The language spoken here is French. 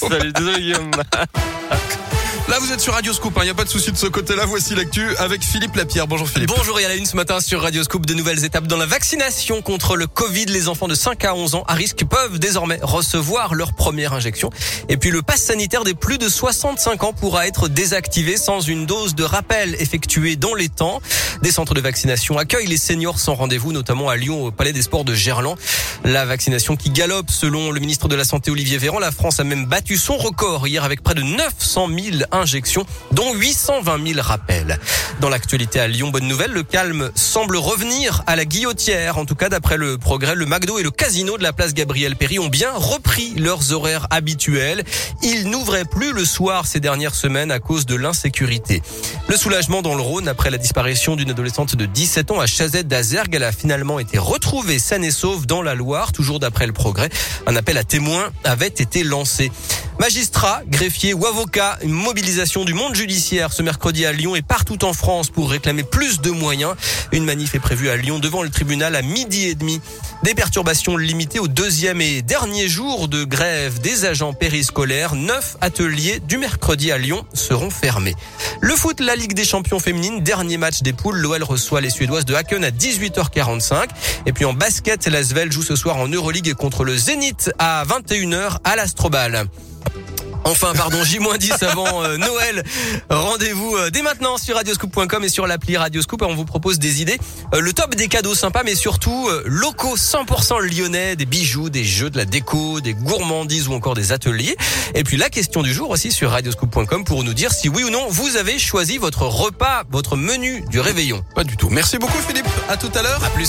Salut, désolé Guillaume. Là, vous êtes sur Radio Scoop, il n'y a pas de souci de ce côté-là. Voici l'actu avec Philippe Lapierre. Bonjour Philippe. Bonjour, et à la une ce matin sur Radio Scoop, de nouvelles étapes dans la vaccination contre le Covid. Les enfants de 5 à 11 ans à risque peuvent désormais recevoir leur première injection. Et puis le pass sanitaire des plus de 65 ans pourra être désactivé sans une dose de rappel effectuée dans les temps. Des centres de vaccination accueillent les seniors sans rendez-vous, notamment à Lyon au Palais des Sports de Gerland. La vaccination qui galope selon le ministre de la Santé Olivier Véran. La France a même battu son record hier avec près de 900 000 injections, dont 820 000 rappels. Dans l'actualité à Lyon, bonne nouvelle, le calme semble revenir à la Guillotière. En tout cas, d'après le Progrès, le McDo et le casino de la place Gabriel-Péri ont bien repris leurs horaires habituels. Ils n'ouvraient plus le soir ces dernières semaines à cause de l'insécurité. Le soulagement dans le Rhône après la disparition d'une adolescente de 17 ans à Chazette d'Azergues. Elle a finalement été retrouvée saine et sauve dans la Loire, toujours d'après le Progrès. Un appel à témoins avait été lancé. Magistrats, greffiers ou avocats, une mobilisation du monde judiciaire ce mercredi à Lyon et partout en France pour réclamer plus de moyens. Une manif est prévue à Lyon devant le tribunal à 12h30. Des perturbations limitées au deuxième et dernier jour de grève des agents périscolaires. 9 ateliers du mercredi à Lyon seront fermés. Le foot, la Ligue des champions féminines, dernier match des poules. L'OL reçoit les Suédoises de Haken à 18h45. Et puis en basket, l'Asvel joue ce soir en Euroleague contre le Zénith à 21h à l'Astrobal. Enfin, J-10 avant Noël. Rendez-vous dès maintenant sur radioscoop.com et sur l'appli Radioscoop. On vous propose des idées. Le top des cadeaux sympas, mais surtout locaux 100% lyonnais, des bijoux, des jeux, de la déco, des gourmandises ou encore des ateliers. Et puis la question du jour aussi sur radioscoop.com pour nous dire si oui ou non vous avez choisi votre repas, votre menu du réveillon. Pas du tout. Merci beaucoup Philippe. À tout à l'heure. À plus.